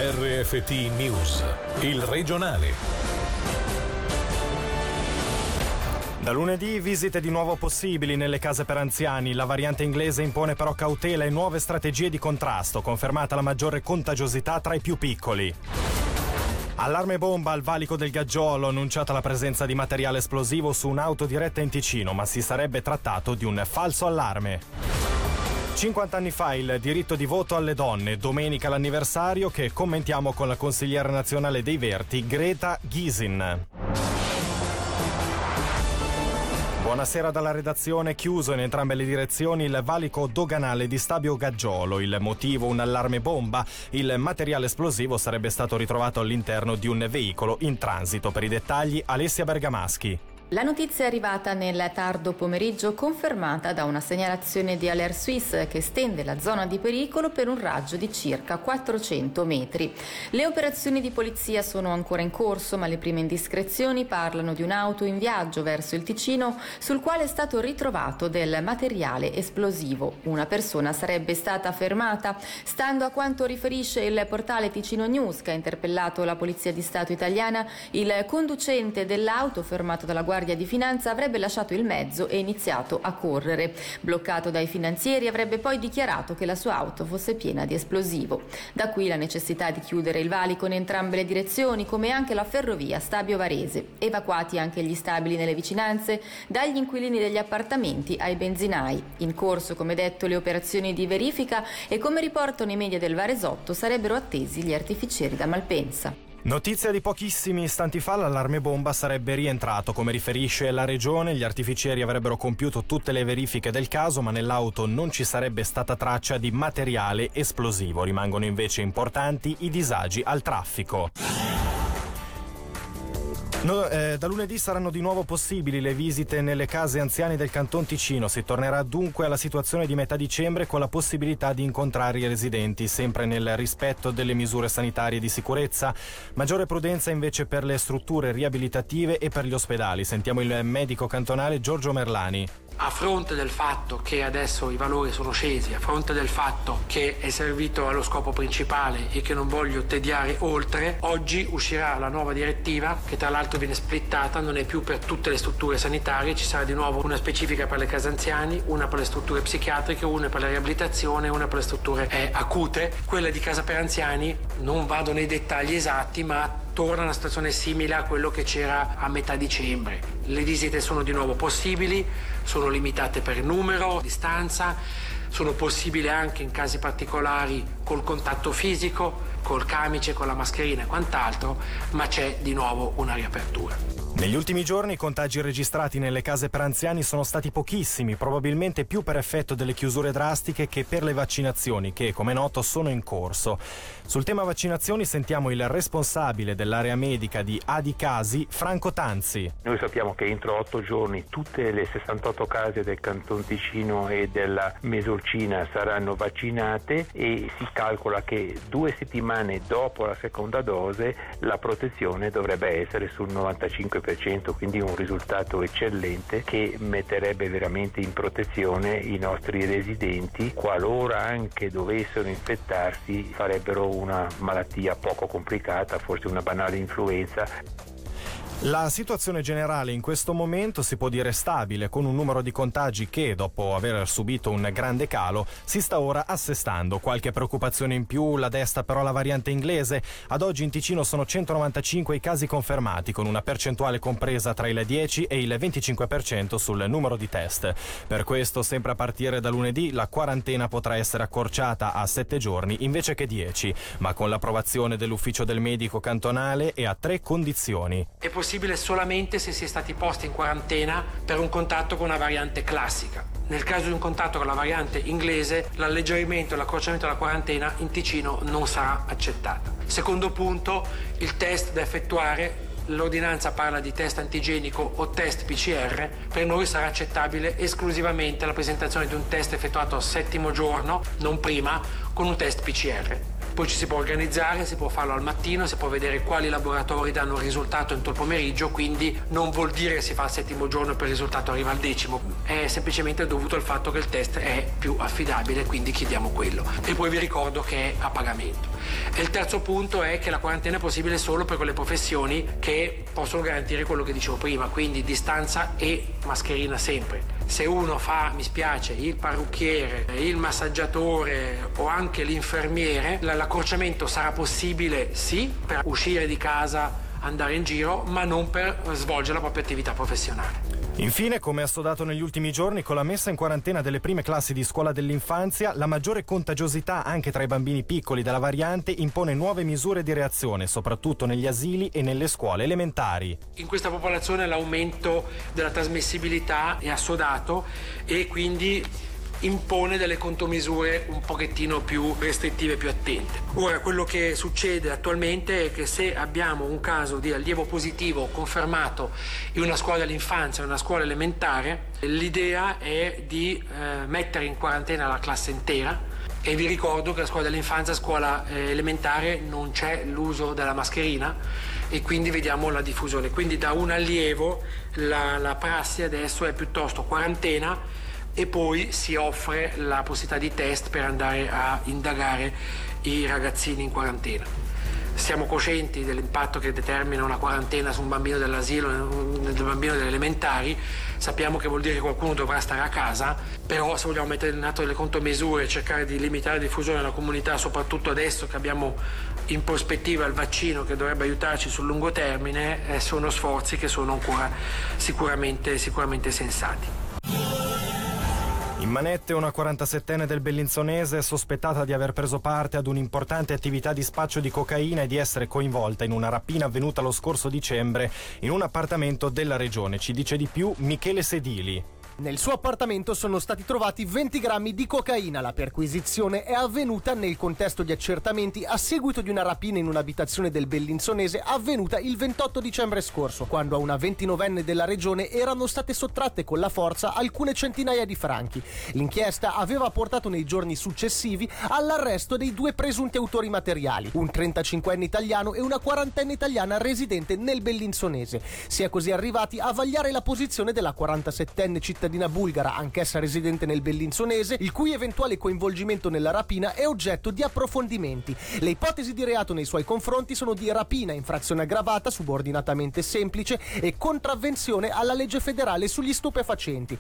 RFT News, il regionale. Da lunedì visite di nuovo possibili nelle case per anziani. La variante inglese impone però cautela e nuove strategie di contrasto, confermata la maggiore contagiosità tra i più piccoli. Allarme bomba al valico del Gaggiolo, annunciata la presenza di materiale esplosivo su un'auto diretta in Ticino, ma si sarebbe trattato di un falso allarme. 50 anni fa il diritto di voto alle donne, domenica l'anniversario che commentiamo con la consigliera nazionale dei Verdi, Greta Gysin. Buonasera dalla redazione. Chiuso in entrambe le direzioni il valico doganale di Stabio Gaggiolo. Il motivo un allarme bomba. Il materiale esplosivo sarebbe stato ritrovato all'interno di un veicolo in transito. Per i dettagli Alessia Bergamaschi. La notizia è arrivata nel tardo pomeriggio, confermata da una segnalazione di Alert Suisse che estende la zona di pericolo per un raggio di circa 400 metri. Le operazioni di polizia sono ancora in corso, ma le prime indiscrezioni parlano di un'auto in viaggio verso il Ticino sul quale è stato ritrovato del materiale esplosivo. Una persona sarebbe stata fermata. Stando a quanto riferisce il portale Ticino News, che ha interpellato la Polizia di Stato italiana, il conducente dell'auto, fermato dalla Guardia di Finanza, avrebbe lasciato il mezzo e iniziato a correre. Bloccato dai finanzieri, avrebbe poi dichiarato che la sua auto fosse piena di esplosivo. Da qui la necessità di chiudere il valico in entrambe le direzioni, come anche la ferrovia Stabio-Varese. Evacuati anche gli stabili nelle vicinanze, dagli inquilini degli appartamenti ai benzinai. In corso, come detto, le operazioni di verifica e, come riportano i media del Varesotto, sarebbero attesi gli artificieri da Malpensa. Notizia di pochissimi istanti fa, l'allarme bomba sarebbe rientrato. Come riferisce la regione, gli artificieri avrebbero compiuto tutte le verifiche del caso, ma nell'auto non ci sarebbe stata traccia di materiale esplosivo. Rimangono invece importanti i disagi al traffico. Da lunedì saranno di nuovo possibili le visite nelle case anziani del Canton Ticino. Si tornerà dunque alla situazione di metà dicembre, con la possibilità di incontrare i residenti, sempre nel rispetto delle misure sanitarie di sicurezza. Maggiore prudenza invece per le strutture riabilitative e per gli ospedali. Sentiamo il medico cantonale Giorgio Merlani. A fronte del fatto che adesso i valori sono scesi, a fronte del fatto che è servito allo scopo principale e che non voglio tediare oltre, oggi uscirà la nuova direttiva che tra l'altro viene splittata, non è più per tutte le strutture sanitarie, ci sarà di nuovo una specifica per le case anziani, una per le strutture psichiatriche, una per la riabilitazione, una per le strutture acute. Quella di casa per anziani, non vado nei dettagli esatti, ma torna a una situazione simile a quello che c'era a metà dicembre. Le visite sono di nuovo possibili, sono limitate per numero, distanza, sono possibili anche in casi particolari col contatto fisico, col camice, con la mascherina e quant'altro, ma c'è di nuovo una riapertura. Negli ultimi giorni i contagi registrati nelle case per anziani sono stati pochissimi, probabilmente più per effetto delle chiusure drastiche che per le vaccinazioni, che come noto sono in corso. Sul tema vaccinazioni sentiamo il responsabile dell'area medica di Adicasi, Franco Tanzi. Noi sappiamo che entro 8 giorni tutte le 68 case del Canton Ticino e della Mesolcina saranno vaccinate e si calcola che 2 settimane dopo la seconda dose la protezione dovrebbe essere sul 95%, quindi un risultato eccellente che metterebbe veramente in protezione i nostri residenti qualora anche dovessero infettarsi, farebbero una malattia poco complicata, forse una banale influenza. La situazione generale in questo momento si può dire stabile, con un numero di contagi che, dopo aver subito un grande calo, si sta ora assestando. Qualche preoccupazione in più la desta però la variante inglese. Ad oggi in Ticino sono 195 i casi confermati, con una percentuale compresa tra il 10 e il 25% sul numero di test. Per questo, sempre a partire da lunedì, la quarantena potrà essere accorciata a 7 giorni invece che 10, ma con l'approvazione dell'ufficio del medico cantonale e a 3 condizioni. È possibile solamente se si è stati posti in quarantena per un contatto con una variante classica. Nel caso di un contatto con la variante inglese, l'alleggerimento e l'accorciamento della quarantena in Ticino non sarà accettato. Secondo punto, il test da effettuare. L'ordinanza parla di test antigenico o test PCR, per noi sarà accettabile esclusivamente la presentazione di un test effettuato al 7° giorno, non prima, con un test PCR. Poi ci si può organizzare, si può farlo al mattino, si può vedere quali laboratori danno il risultato entro il pomeriggio, quindi non vuol dire che si fa il 7° giorno e poi il risultato arriva al 10°, è semplicemente dovuto al fatto che il test è più affidabile, quindi chiediamo quello. E poi vi ricordo che è a pagamento. E il terzo punto è che la quarantena è possibile solo per quelle professioni che possono garantire quello che dicevo prima, quindi distanza e mascherina sempre. Se uno fa, mi spiace, il parrucchiere, il massaggiatore o anche l'infermiere, l'accorciamento sarà possibile sì per uscire di casa, andare in giro, ma non per svolgere la propria attività professionale. Infine, come assodato negli ultimi giorni, con la messa in quarantena delle prime classi di scuola dell'infanzia, la maggiore contagiosità anche tra i bambini piccoli della variante impone nuove misure di reazione, soprattutto negli asili e nelle scuole elementari. In questa popolazione l'aumento della trasmissibilità è assodato e quindi impone delle contromisure un pochettino più restrittive, più attente. Ora, quello che succede attualmente è che se abbiamo un caso di allievo positivo confermato in una scuola dell'infanzia, in una scuola elementare, l'idea è di mettere in quarantena la classe intera. E vi ricordo che la scuola dell'infanzia, scuola elementare, non c'è l'uso della mascherina e quindi vediamo la diffusione. Quindi da un allievo la prassi adesso è piuttosto quarantena e poi si offre la possibilità di test per andare a indagare i ragazzini in quarantena. Siamo coscienti dell'impatto che determina una quarantena su un bambino dell'asilo, un bambino delle elementari, sappiamo che vuol dire che qualcuno dovrà stare a casa, però se vogliamo mettere in atto delle contromisure e cercare di limitare la diffusione nella comunità, soprattutto adesso che abbiamo in prospettiva il vaccino che dovrebbe aiutarci sul lungo termine, sono sforzi che sono ancora sicuramente sensati. In manette una 47enne del Bellinzonese sospettata di aver preso parte ad un'importante attività di spaccio di cocaina e di essere coinvolta in una rapina avvenuta lo scorso dicembre in un appartamento della regione. Ci dice di più Michele Sedili. Nel suo appartamento sono stati trovati 20 grammi di cocaina. La perquisizione è avvenuta nel contesto di accertamenti a seguito di una rapina in un'abitazione del Bellinzonese avvenuta il 28 dicembre scorso, quando a una 29enne della regione erano state sottratte con la forza alcune centinaia di franchi. L'inchiesta aveva portato nei giorni successivi all'arresto dei 2 presunti autori materiali, un 35enne italiano e una 40enne italiana residente nel Bellinzonese. Si è così arrivati a vagliare la posizione della 47enne cittadina bulgara, anch'essa residente nel Bellinzonese, il cui eventuale coinvolgimento nella rapina è oggetto di approfondimenti. Le ipotesi di reato nei suoi confronti sono di rapina, infrazione aggravata, subordinatamente semplice e contravvenzione alla legge federale sugli stupefacenti.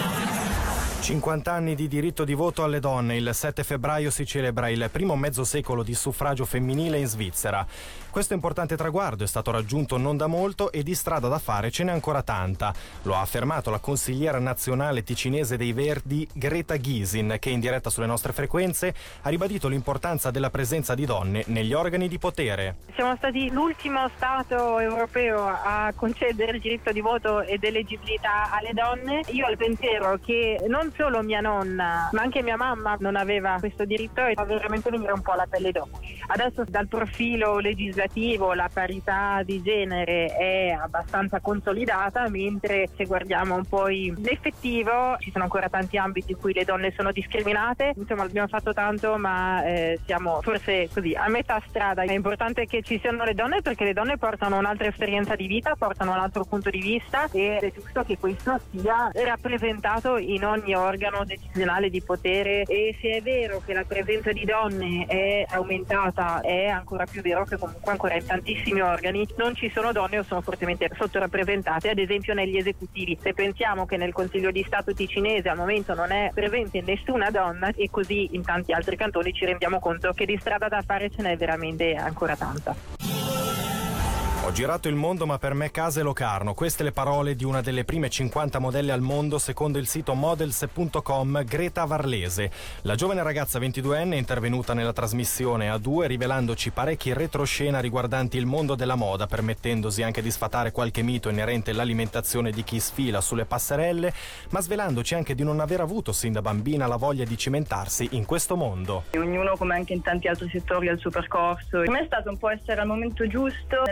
50 anni di diritto di voto alle donne. Il 7 febbraio si celebra il primo mezzo secolo di suffragio femminile in Svizzera. Questo importante traguardo è stato raggiunto non da molto e di strada da fare ce n'è ancora tanta. Lo ha affermato la consigliera nazionale ticinese dei Verdi Greta Gysin, che in diretta sulle nostre frequenze ha ribadito l'importanza della presenza di donne negli organi di potere. Siamo stati l'ultimo Stato europeo a concedere il diritto di voto ed eleggibilità alle donne. Io ho il pensiero che non solo mia nonna, ma anche mia mamma non aveva questo diritto e fa veramente venire un po' la pelle d'oca. Adesso dal profilo legislativo la parità di genere è abbastanza consolidata, mentre se guardiamo un po' l'effettivo ci sono ancora tanti ambiti in cui le donne sono discriminate. Insomma, abbiamo fatto tanto, ma siamo forse così a metà strada. È importante che ci siano le donne perché le donne portano un'altra esperienza di vita, portano un altro punto di vista ed è giusto che questo sia rappresentato in ogni organo decisionale di potere. E se è vero che la presenza di donne è aumentata, è ancora più vero che comunque ancora in tantissimi organi non ci sono donne o sono fortemente sottorappresentate, ad esempio negli esecutivi. Se pensiamo che nel Consiglio di Stato ticinese al momento non è presente nessuna donna e così in tanti altri cantoni, ci rendiamo conto che di strada da fare ce n'è veramente ancora tanta. Ho girato il mondo, ma per me casa è Locarno. Queste le parole di una delle prime 50 modelle al mondo secondo il sito models.com, Greta Varlese. La giovane ragazza 22enne è intervenuta nella trasmissione A2 rivelandoci parecchi retroscena riguardanti il mondo della moda, permettendosi anche di sfatare qualche mito inerente all'alimentazione di chi sfila sulle passerelle, ma svelandoci anche di non aver avuto sin da bambina la voglia di cimentarsi in questo mondo. E ognuno, come anche in tanti altri settori, ha il suo percorso. Per me è stato un po' essere al momento giusto, nel posto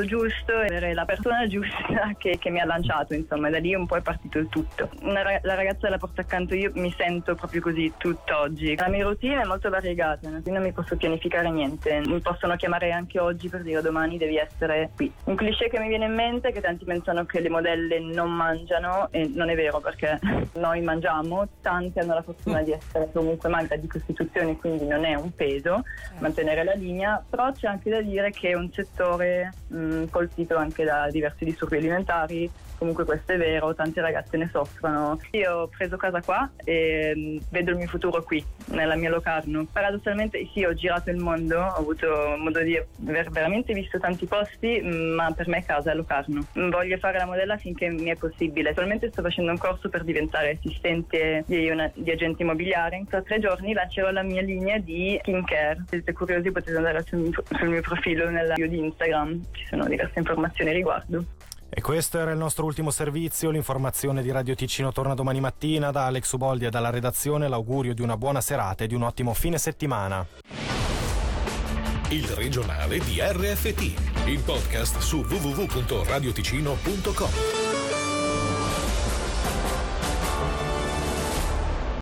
giusto e avere la persona giusta che mi ha lanciato, insomma, da lì un po' è partito il tutto. La ragazza della porta accanto, io mi sento proprio così tutt'oggi. La mia routine è molto variegata, non mi posso pianificare niente, mi possono chiamare anche oggi per dire domani devi essere qui. Un cliché che mi viene in mente è che tanti pensano che le modelle non mangiano, e non è vero, perché noi mangiamo, tante hanno la fortuna di essere comunque magra di costituzione, quindi non è un peso mantenere la linea, però c'è anche da dire che è un settore colpito anche da diversi disturbi alimentari. Comunque questo è vero, tante ragazze ne soffrono. Io ho preso casa qua e vedo il mio futuro qui, nella mia Locarno. Paradossalmente sì, ho girato il mondo, ho avuto modo di aver veramente visto tanti posti, ma per me casa è Locarno. Voglio fare la modella finché mi è possibile. Attualmente sto facendo un corso per diventare assistente di agente immobiliare. Tra 3 giorni lancerò la mia linea di skincare. Se siete curiosi potete andare sul mio profilo nella bio di Instagram, ci sono diverse informazioni a riguardo. E questo era il nostro ultimo servizio. L'informazione di Radio Ticino torna domani mattina. Da Alex Uboldi e dalla redazione l'augurio di una buona serata e di un ottimo fine settimana. Il regionale di RFT, il podcast su www.radioticino.com.